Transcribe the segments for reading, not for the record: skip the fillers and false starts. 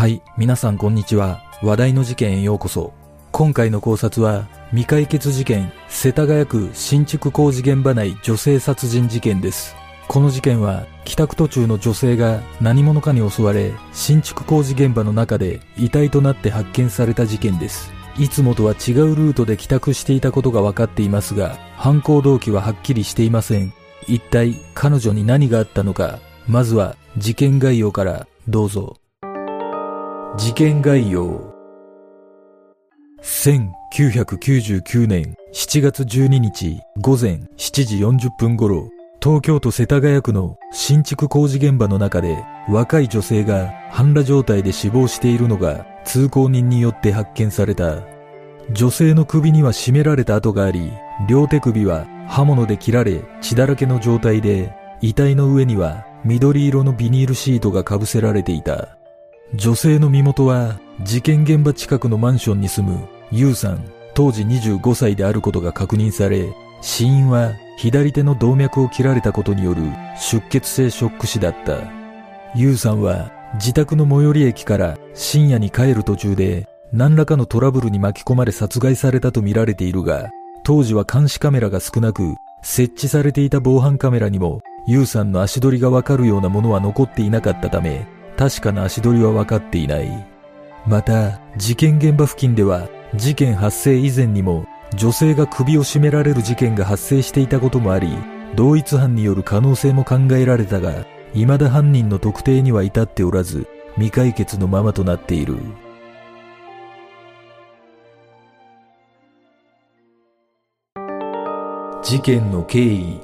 はい、皆さんこんにちは。話題の事件へようこそ。今回の考察は、未解決事件、世田谷区新築工事現場内女性殺人事件です。この事件は、帰宅途中の女性が何者かに襲われ、新築工事現場の中で遺体となって発見された事件です。いつもとは違うルートで帰宅していたことが分かっていますが、犯行動機ははっきりしていません。一体彼女に何があったのか、まずは事件概要からどうぞ。事件概要。1999年7月12日午前7時40分頃、東京都世田谷区の新築工事現場の中で若い女性が半裸状態で死亡しているのが通行人によって発見された。女性の首には絞められた跡があり、両手首は刃物で切られ血だらけの状態で、遺体の上には緑色のビニールシートがかぶせられていた。女性の身元は事件現場近くのマンションに住むユウさん、当時25歳であることが確認され、死因は左手の動脈を切られたことによる出血性ショック死だった。ユウさんは自宅の最寄り駅から深夜に帰る途中で何らかのトラブルに巻き込まれ殺害されたと見られているが、当時は監視カメラが少なく、設置されていた防犯カメラにもユウさんの足取りがわかるようなものは残っていなかったため、確かな足取りは分かっていない。また、事件現場付近では、事件発生以前にも、女性が首を絞められる事件が発生していたこともあり、同一犯による可能性も考えられたが、未だ犯人の特定には至っておらず、未解決のままとなっている。事件の経緯。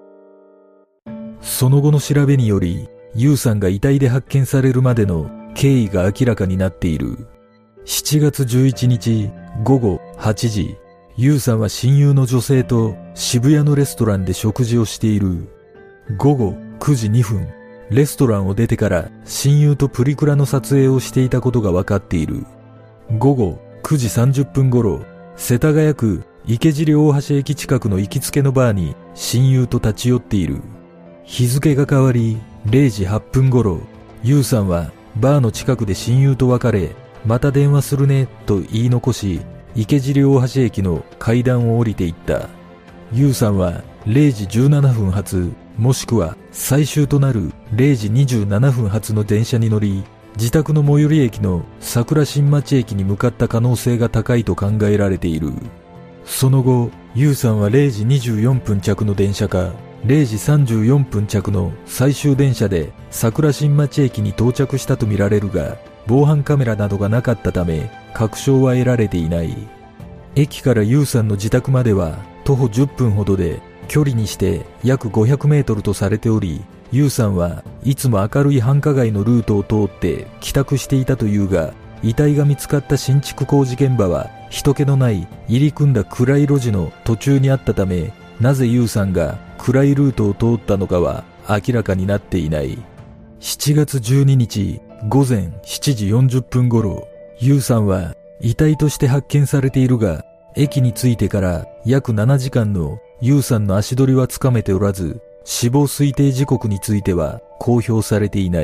その後の調べにより、ユウさんが遺体で発見されるまでの経緯が明らかになっている。7月11日午後8時、ユウさんは親友の女性と渋谷のレストランで食事をしている。午後9時2分、レストランを出てから親友とプリクラの撮影をしていたことが分かっている。午後9時30分頃、世田谷区池尻大橋駅近くの行きつけのバーに親友と立ち寄っている。日付が変わり0時8分頃、ユウさんはバーの近くで親友と別れ、また電話するねと言い残し、池尻大橋駅の階段を降りていった。ユウさんは0時17分発、もしくは最終となる0時27分発の電車に乗り、自宅の最寄り駅の桜新町駅に向かった可能性が高いと考えられている。その後、ユウさんは0時24分着の電車か、0時34分着の最終電車で桜新町駅に到着したとみられるが、防犯カメラなどがなかったため確証は得られていない。駅からユウさんの自宅までは徒歩10分ほどで、距離にして約500メートルとされており、ユウさんはいつも明るい繁華街のルートを通って帰宅していたというが、遺体が見つかった新築工事現場は人気のない入り組んだ暗い路地の途中にあったため、なぜユウさんが暗いルートを通ったのかは明らかになっていない。7月12日午前7時40分頃、ユウさんは遺体として発見されているが、駅に着いてから約7時間のユウさんの足取りはつかめておらず、死亡推定時刻については公表されていない。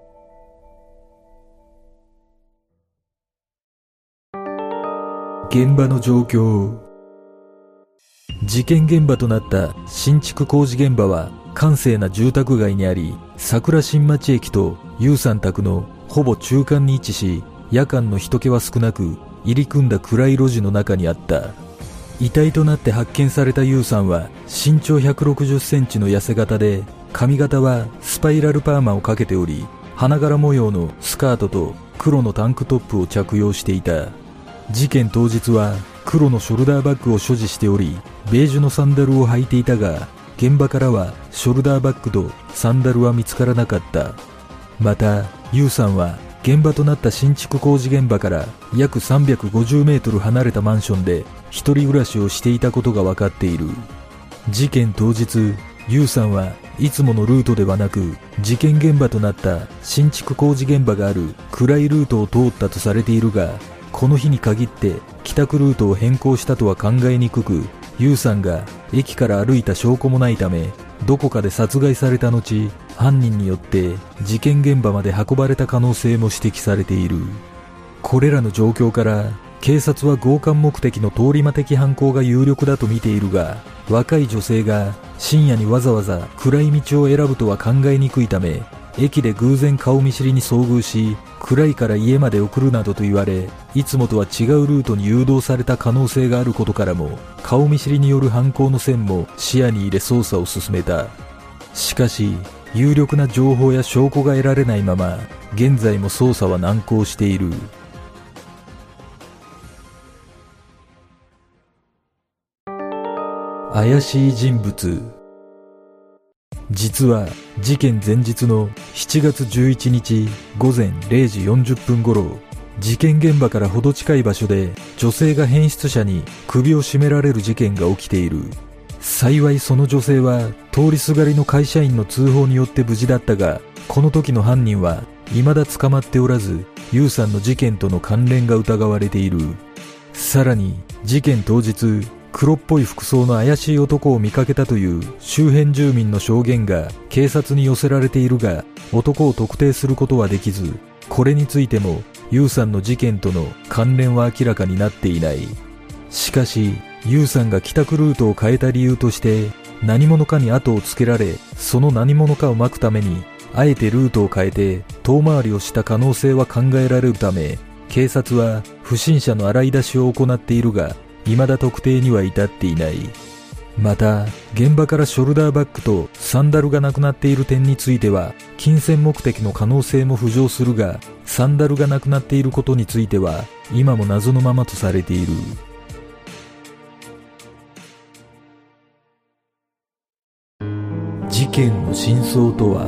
現場の状況。事件現場となった新築工事現場は閑静な住宅街にあり、桜新町駅とユウさん宅のほぼ中間に位置し、夜間の人気は少なく、入り組んだ暗い路地の中にあった。遺体となって発見されたユウさんは身長160センチの痩せ型で、髪型はスパイラルパーマをかけており、花柄模様のスカートと黒のタンクトップを着用していた。事件当日は黒のショルダーバッグを所持しており、ベージュのサンダルを履いていたが、現場からはショルダーバッグとサンダルは見つからなかった。また、ユウさんは現場となった新築工事現場から約350メートル離れたマンションで一人暮らしをしていたことが分かっている。事件当日、ユウさんはいつものルートではなく、事件現場となった新築工事現場がある暗いルートを通ったとされているが、この日に限って帰宅ルートを変更したとは考えにくく、ユウさんが駅から歩いた証拠もないため、 どこかで殺害された後、犯人によって事件現場まで運ばれた可能性も指摘されている。これらの状況から警察は強姦目的の通り魔的犯行が有力だと見ているが、若い女性が深夜にわざわざ暗い道を選ぶとは考えにくいため、駅で偶然顔見知りに遭遇し、暗いから家まで送るなどと言われ、いつもとは違うルートに誘導された可能性があることからも、顔見知りによる犯行の線も視野に入れ捜査を進めた。しかし、有力な情報や証拠が得られないまま、現在も捜査は難航している。怪しい人物。実は事件前日の7月11日午前0時40分頃、事件現場からほど近い場所で女性が変質者に首を絞められる事件が起きている。幸いその女性は通りすがりの会社員の通報によって無事だったが、この時の犯人は未だ捕まっておらず、ユウさんの事件との関連が疑われている。さらに事件当日、黒っぽい服装の怪しい男を見かけたという周辺住民の証言が警察に寄せられているが、男を特定することはできず、これについてもユウさんの事件との関連は明らかになっていない。しかし、ユウさんが帰宅ルートを変えた理由として、何者かに後をつけられ、その何者かをまくためにあえてルートを変えて遠回りをした可能性は考えられるため、警察は不審者の洗い出しを行っているが、未だ特定には至っていない。また、現場からショルダーバッグとサンダルがなくなっている点については、金銭目的の可能性も浮上するが、サンダルがなくなっていることについては、今も謎のままとされている。事件の真相とは。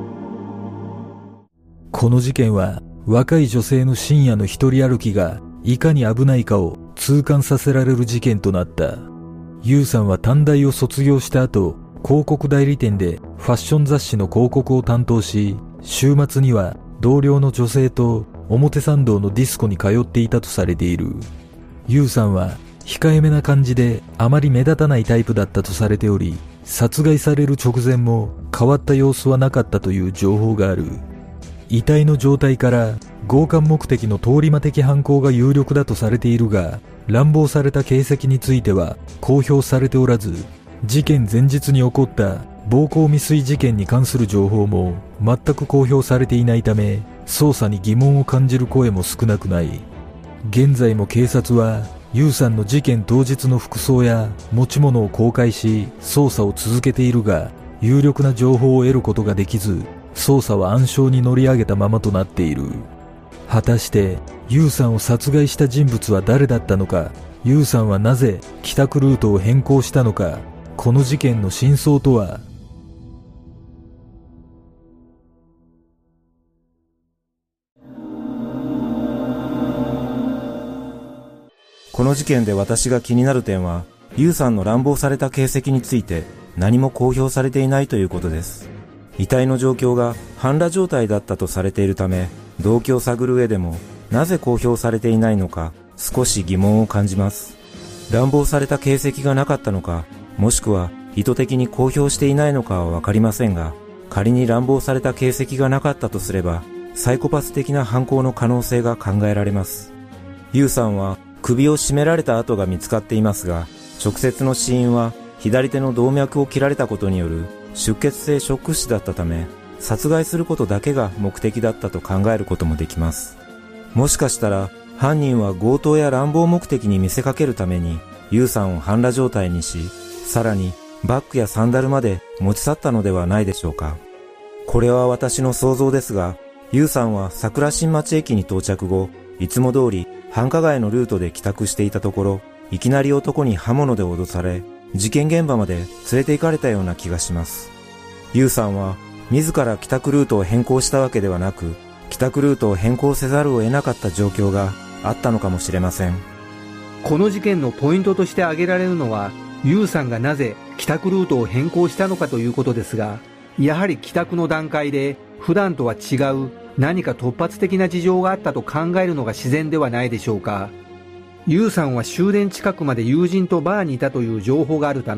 この事件は、若い女性の深夜の一人歩きがいかに危ないかを痛感させられる事件となった。ユウさんは短大を卒業した後、広告代理店でファッション雑誌の広告を担当し、週末には同僚の女性と表参道のディスコに通っていたとされている。ユウさんは控えめな感じであまり目立たないタイプだったとされており、殺害される直前も変わった様子はなかったという情報がある。遺体の状態から強姦目的の通り魔的犯行が有力だとされているが、乱暴された形跡については公表されておらず、事件前日に起こった暴行未遂事件に関する情報も全く公表されていないため、捜査に疑問を感じる声も少なくない。現在も警察はユウさんの事件当日の服装や持ち物を公開し捜査を続けているが、有力な情報を得ることができず、捜査は暗礁に乗り上げたままとなっている。果たしてユウさんを殺害した人物は誰だったのか、ユウさんはなぜ帰宅ルートを変更したのか、この事件の真相とは。 この事件で私が気になる点は、ユウさんの乱暴された形跡について何も公表されていないということです。遺体の状況が半裸状態だったとされているため、動機を探る上でもなぜ公表されていないのか少し疑問を感じます。乱暴された形跡がなかったのか、もしくは意図的に公表していないのかはわかりませんが、仮に乱暴された形跡がなかったとすれば、サイコパス的な犯行の可能性が考えられます。ユウさんは首を絞められた跡が見つかっていますが、直接の死因は左手の動脈を切られたことによる出血性ショック死だったため、殺害することだけが目的だったと考えることもできます。もしかしたら犯人は強盗や乱暴目的に見せかけるためにユウさんを半裸状態にし、さらにバッグやサンダルまで持ち去ったのではないでしょうか。これは私の想像ですが、ユウさんは桜新町駅に到着後、いつも通り繁華街のルートで帰宅していたところ、いきなり男に刃物で脅され、事件現場まで連れて行かれたような気がします。ユウさんは自ら帰宅ルートを変更したわけではなく、帰宅ルートを変更せざるを得なかった状況があったのかもしれません。 この事件のポイントとして挙げられるのは、ユウさんがなぜ帰宅ルートを変更したのかということですが、やはり帰宅の段階で普段とは違う何か突発的な事情があったと考えるのが自然ではないでしょうか。ユウさんは終電近くまで友人とバーにいたという情報があるため、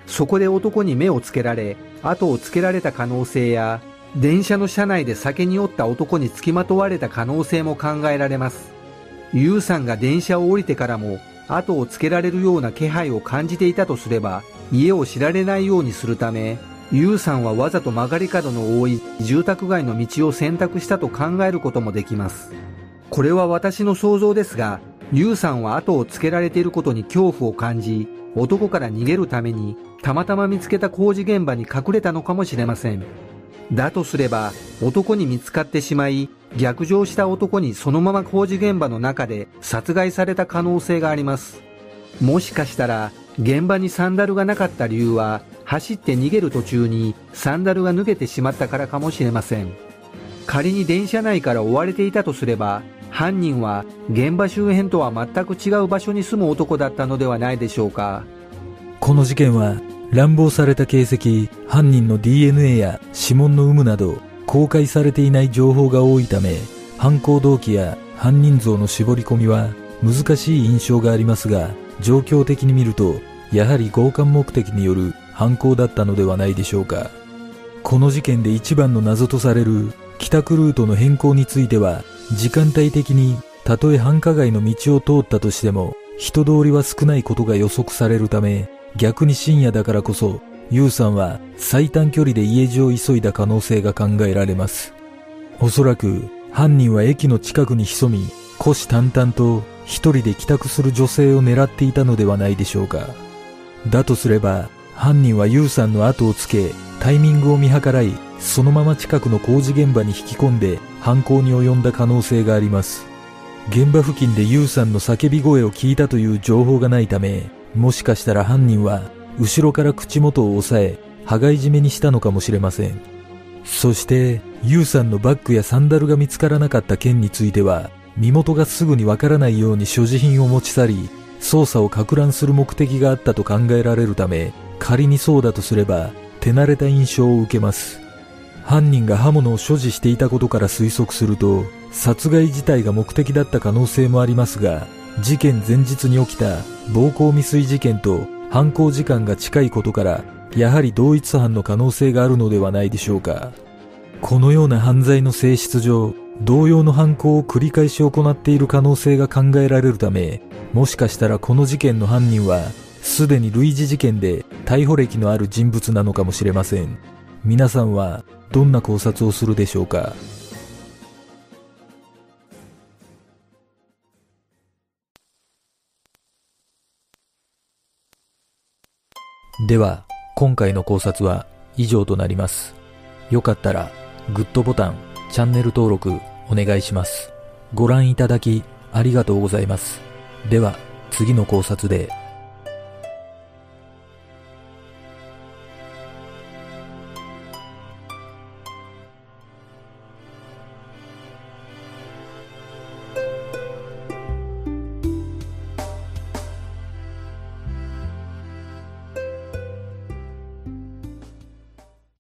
そこで男に目をつけられ、後をつけられた可能性や、電車の車内で酒に酔った男につきまとわれた可能性も考えられます。ユウさんが電車を降りてからも、後をつけられるような気配を感じていたとすれば、家を知られないようにするため、ユウさんはわざと曲がり角の多い住宅街の道を選択したと考えることもできます。これは私の想像ですが、ユウさんは後をつけられていることに恐怖を感じ、男から逃げるために、たまたま見つけた工事現場に隠れたのかもしれません。だとすれば、男に見つかってしまい、逆上した男にそのまま工事現場の中で殺害された可能性があります。もしかしたら、現場にサンダルがなかった理由は、走って逃げる途中にサンダルが脱げてしまったからかもしれません。仮に電車内から追われていたとすれば、犯人は現場周辺とは全く違う場所に住む男だったのではないでしょうか。 この事件は乱暴された形跡、犯人の DNA や指紋の有無など公開されていない情報が多いため、犯行動機や犯人像の絞り込みは難しい印象がありますが、状況的に見るとやはり強姦目的による犯行だったのではないでしょうか。この事件で一番の謎とされる帰宅ルートの変更については、時間帯的にたとえ繁華街の道を通ったとしても人通りは少ないことが予測されるため、逆に深夜だからこそユウさんは最短距離で家路を急いだ可能性が考えられます。おそらく犯人は駅の近くに潜み、虎視眈々と一人で帰宅する女性を狙っていたのではないでしょうか。だとすれば犯人はユウさんの後をつけ、タイミングを見計らい、そのまま近くの工事現場に引き込んで犯行に及んだ可能性があります。現場付近でユウさんの叫び声を聞いたという情報がないため、もしかしたら犯人は後ろから口元を押さえ羽交い締めにしたのかもしれません。そしてユウさんのバッグやサンダルが見つからなかった件については、身元がすぐにわからないように所持品を持ち去り、捜査を攪乱する目的があったと考えられるため、仮にそうだとすれば手慣れた印象を受けます。犯人が刃物を所持していたことから推測すると、殺害自体が目的だった可能性もありますが、事件前日に起きた暴行未遂事件と犯行時間が近いことから、やはり同一犯の可能性があるのではないでしょうか。このような犯罪の性質上、同様の犯行を繰り返し行っている可能性が考えられるため、もしかしたらこの事件の犯人はすでに類似事件で逮捕歴のある人物なのかもしれません。皆さんはどんな考察をするでしょうか。では今回の考察は以上となります。よかったらグッドボタン、チャンネル登録お願いします。ご覧いただきありがとうございます。では次の考察で